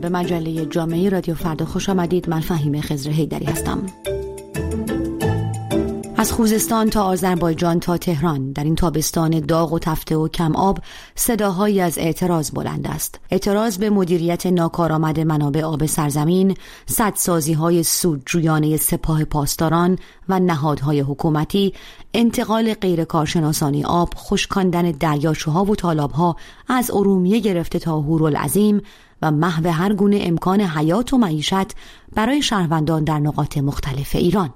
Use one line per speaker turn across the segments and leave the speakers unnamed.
به مجله جامعه رادیو فردا خوش آمدید. من فهیمه خضر حیدری هستم. از خوزستان تا آذربایجان تا تهران در این تابستان داغ و تفته و کم آب صداهایی از اعتراض بلند است. اعتراض به مدیریت ناکارآمد منابع آب سرزمین، سدسازی‌های سودجویانه سپاه پاسداران و نهادهای حکومتی، انتقال غیر کارشناسانه آب، خشکاندن دریاچه‌ها و تالاب‌ها از ارومیه گرفته تا هورالعظیم و محو هر گونه امکان حیات و معیشت برای شهروندان در نقاط مختلف ایران.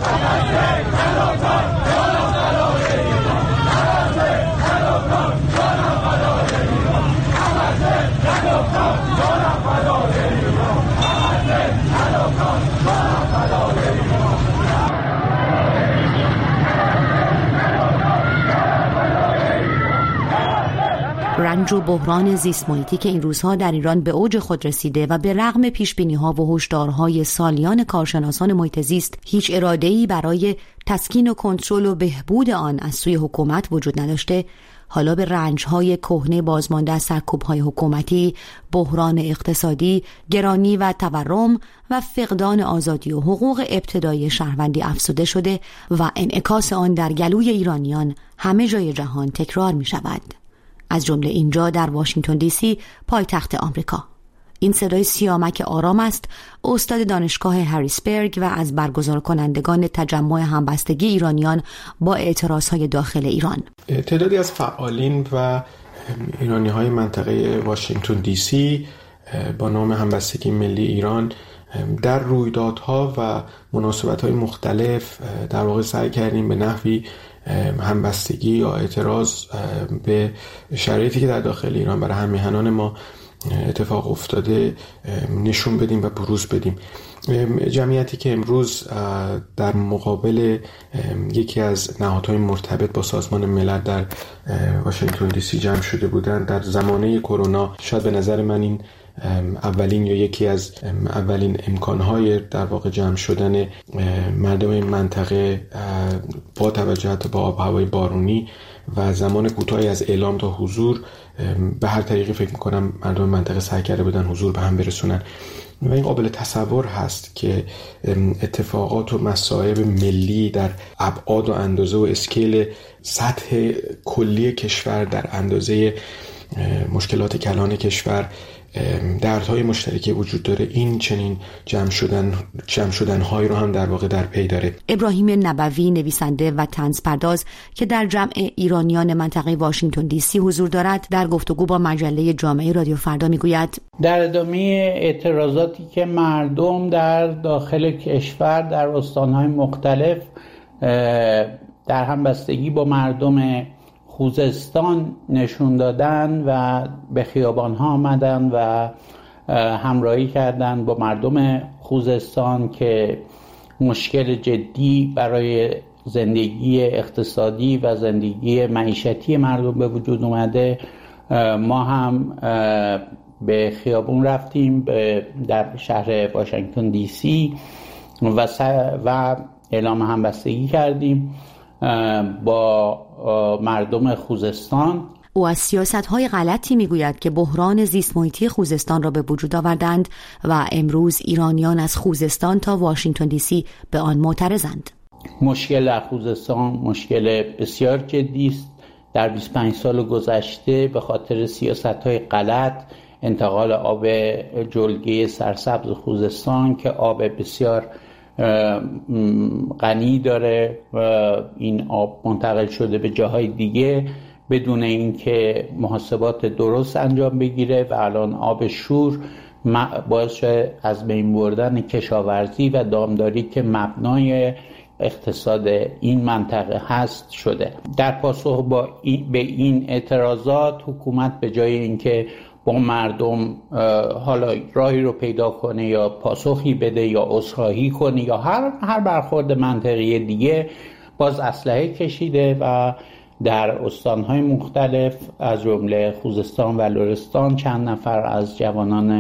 رنج و بحران زیست محیطی که این روزها در ایران به اوج خود رسیده و به رغم پیشبینی‌ها و هشدارهای سالیان کارشناسان محیط زیست هیچ اراده‌ای برای تسکین و کنترل و بهبود آن از سوی حکومت وجود نداشته، حالا به رنج‌های کهنه بازمانده از سرکوب‌های حکومتی، بحران اقتصادی، گرانی و تورم و فقدان آزادی و حقوق ابتدایی شهروندی افزوده شده و انعکاس آن در گلوی ایرانیان همه جای جهان تکرار می‌شود. از جمله اینجا در واشنگتن دی سی، پایتخت آمریکا. این صدای سیامک آرام است، استاد دانشگاه هریسبرگ و از برگزار کنندگان تجمع همبستگی ایرانیان با اعتراضهای داخل ایران.
تعدادی از فعالین و ایرانی‌های منطقه واشنگتن دی سی با نام همبستگی ملی ایران در رویدادها و مناسبت‌های مختلف در واقع سعی کردیم به نحوی همبستگی یا اعتراض به شرایطی که در داخل ایران برای هممیهنان ما اتفاق افتاده نشون بدیم و بروز بدیم. جمعیتی که امروز در مقابل یکی از نهادهای مرتبط با سازمان ملل در واشنگتن دی سی جمع شده بودند در زمانه کرونا، شاید به نظر من این اولین یا یکی از اولین امکانهای در واقع جمع شدن مردم این منطقه با توجه به آب هوای بارونی و زمان کوتاهی از اعلام تا حضور به هر طریقی فکر میکنم مردم منطقه سعی کرده بودن حضور به هم برسونن و این قابل تصور هست که اتفاقات و مصائب ملی در ابعاد و اندازه و اسکیل سطح کلی کشور در اندازه مشکلات کلان کشور دردهای مشترکی وجود داره، این چنین جمع شدن‌هایی رو هم در واقع در پی داره.
ابراهیم نبوی، نویسنده و طنزپرداز که در جمع ایرانیان منطقه واشنگتن دی سی حضور دارد، در گفتگو با مجله جامعه رادیو فردا میگوید
در ادامه اعتراضاتی که مردم در داخل کشور در استان‌های مختلف در همبستگی با مردم خوزستان نشون دادن و به خیابان‌ها آمدن و همراهی کردن با مردم خوزستان که مشکل جدی برای زندگی اقتصادی و زندگی معیشتی مردم به وجود اومده، ما هم به خیابون رفتیم در شهر واشنگتن دی سی و اعلام همبستگی کردیم با مردم خوزستان.
او از سیاست‌های غلطی میگوید که بحران زیست محیطی خوزستان را به وجود آوردند و امروز ایرانیان از خوزستان تا واشنگتن دی سی به آن معترضند.
مشکل در خوزستان مشکل بسیار جدی است. در 25 سال گذشته به خاطر سیاست‌های غلط انتقال آب جلگه سرسبز خوزستان که آب بسیار غنی داره و این آب منتقل شده به جاهای دیگه بدون اینکه محاسبات درست انجام بگیره و الان آب شور باعث شده از بین بردن کشاورزی و دامداری که مبنای اقتصاد این منطقه هست شده. در پاسخ به این اعتراضات حکومت به جای اینکه با مردم حالا راهی رو پیدا کنه یا پاسخی بده یا عذرخواهی کنه یا هر برخورد منطقی دیگه، باز اسلحه کشیده و در استان‌های مختلف از جمله خوزستان و لرستان چند نفر از جوانان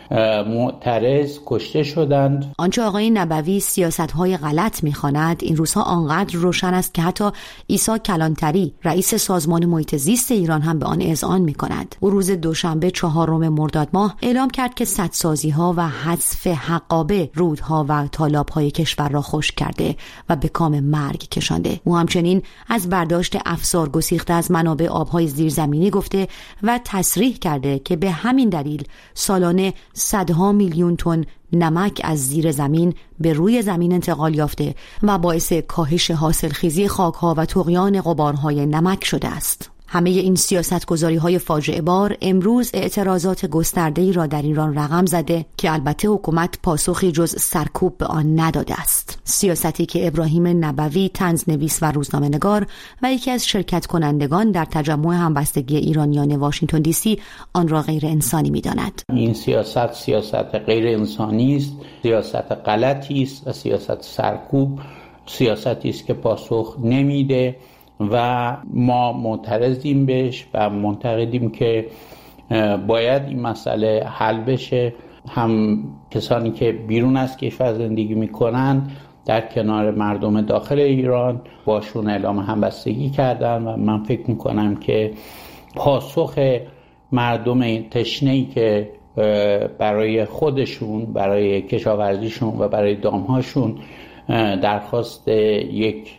معترض کشته شدند.
آنچه آقای نبوی سیاست‌های غلط می‌خواند این روزها آنقدر روشن است که حتی عیسی کلانتری رئیس سازمان محیط زیست ایران هم به آن اذعان می‌کند. او روز دوشنبه 4 مرداد ماه اعلام کرد که سدسازی‌ها و حذف حقابه رودها و تالاب‌های کشور را خشک کرده و به کام مرگ کشانده. او همچنین از برداشت افسار گسیخته از منابع آب‌های زیرزمینی گفته و تصریح کرده که به همین دلیل سالانه صدها میلیون تن نمک از زیر زمین به روی زمین انتقال یافته و باعث کاهش حاصلخیزی خاک‌ها و طغیان غبارهای نمک شده است. همه این سیاستگذاری‌های فاجعه بار امروز اعتراضات گسترده‌ای را در ایران رقم زده که البته حکومت پاسخی جز سرکوب به آن نداده است. سیاستی که ابراهیم نبوی طنزنویس و روزنامه‌نگار و یکی از شرکت کنندگان در تجمع همبستگی ایرانیان واشنگتن دی سی آن را غیر انسانی می‌داند.
این سیاست غیر انسانی است، سیاست غلطی است و سیاست سرکوب، سیاستی است که پاسخ نمیده و ما معترضیم بهش و معتقدیم که باید این مسئله حل بشه. هم کسانی که بیرون از کشور زندگی میکنن در کنار مردم داخل ایران باشون اعلام همبستگی کردن و من فکر میکنم که پاسخ مردم تشنه‌ای که برای خودشون، برای کشاورزیشون و برای دامهاشون درخواست یک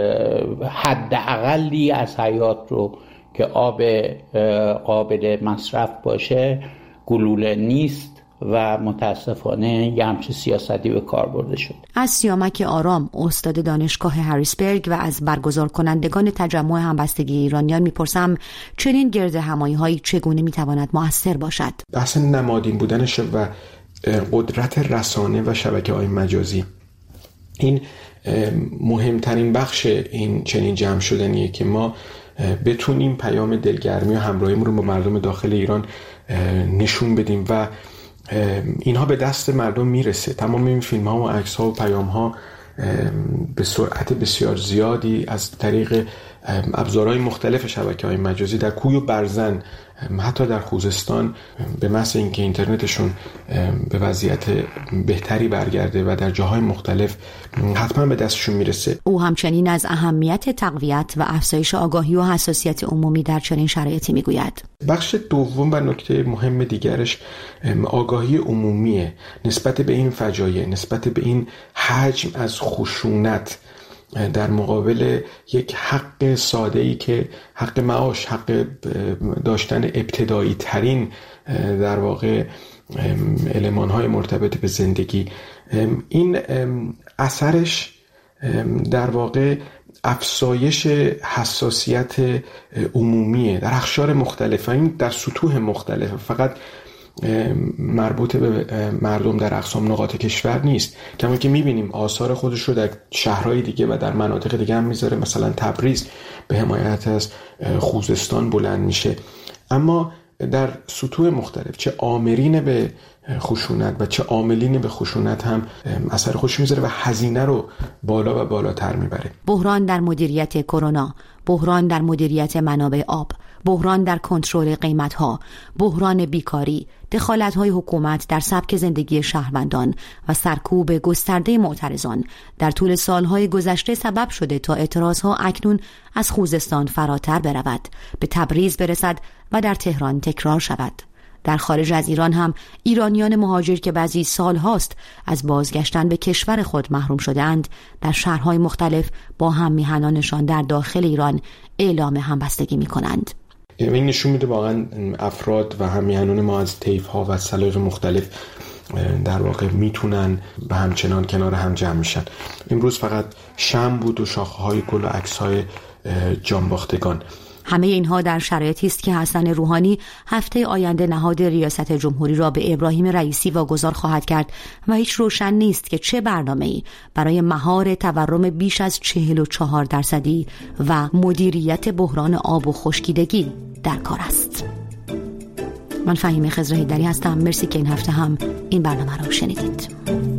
حداقلی از حیات رو که آب قابل مصرف باشه گلوله نیست و متاسفانه یه همچه سیاستی به کار برده شد.
از سیامک آرام استاد دانشگاه هریسبرگ و از برگزار کنندگان تجمع همبستگی ایرانیان میپرسم چنین گرد همایی‌هایی چگونه میتواند مؤثر باشد؟
بحث نمادین بودنش و قدرت رسانه و شبکه‌های مجازی این مهمترین بخش این چنین جمع شدنیه که ما بتونیم پیام دلگرمی و همراهیمون رو با مردم داخل ایران نشون بدیم و اینها به دست مردم میرسه. تمام این فیلم ها و عکس ها و پیام ها به سرعت بسیار زیادی از طریق ابزارهای مختلف شبکه‌های مجازی در کوی و برزن، حتی در خوزستان، به محض اینکه اینترنتشون به وضعیت بهتری برگرده و در جاهای مختلف حتما به دستشون میرسه.
او همچنین از اهمیت تقویت و افزایش آگاهی و حساسیت عمومی در چنین شرایطی میگوید.
بخش دوم و نکته مهم دیگرش آگاهی عمومیه نسبت به این فجایع، نسبت به این حجم از خشونت در مقابل یک حق ساده‌ای که حق معاش، حق داشتن ابتدایی ترین در واقع المان‌های مرتبط به زندگی. این اثرش در واقع افزایش حساسیت عمومیه در اقشار مختلف، این در سطوح مختلف، فقط مربوط به مردم در اقصام نقاط کشور نیست. کما که میبینیم آثار خودش رو در شهرهای دیگه و در مناطق دیگه هم میذاره. مثلا تبریز به حمایت از خوزستان بلند میشه، اما در سطوح مختلف چه آمرین به خشونت و چه عاملین به خشونت هم اثر خودش میذاره و هزینه رو بالا و بالاتر میبره.
بحران در مدیریت کرونا، بحران در مدیریت منابع آب، بحران در کنترل قیمت‌ها، بحران بیکاری، دخالت‌های حکومت در سبک زندگی شهروندان و سرکوب گسترده معترضان در طول سالهای گذشته سبب شده تا اعتراضها اکنون از خوزستان فراتر برود، به تبریز برسد و در تهران تکرار شود. در خارج از ایران هم ایرانیان مهاجر که بعضی سال هاست از بازگشتن به کشور خود محروم شدند در شهرهای مختلف با هم میهنانشان در داخل ایران اعلام همبستگی می کنند.
این نشون میده واقعا افراد و همیهنان ما از طیف‌ها و سلایق مختلف در واقع میتونن به همچنان کنار هم جمع میشن. امروز فقط شمع بود و شاخه‌های گل و عکس‌های جانباختگان.
همه اینها در شرایطی است که حسن روحانی هفته آینده نهاد ریاست جمهوری را به ابراهیم رئیسی واگذار خواهد کرد و هیچ روشن نیست که چه برنامه‌ای برای مهار تورم بیش از 44% و مدیریت بحران آب و خشکیدگی در کار است. من فهیمه خضر هیدری هستم. مرسی که این هفته هم این برنامه را شنیدید.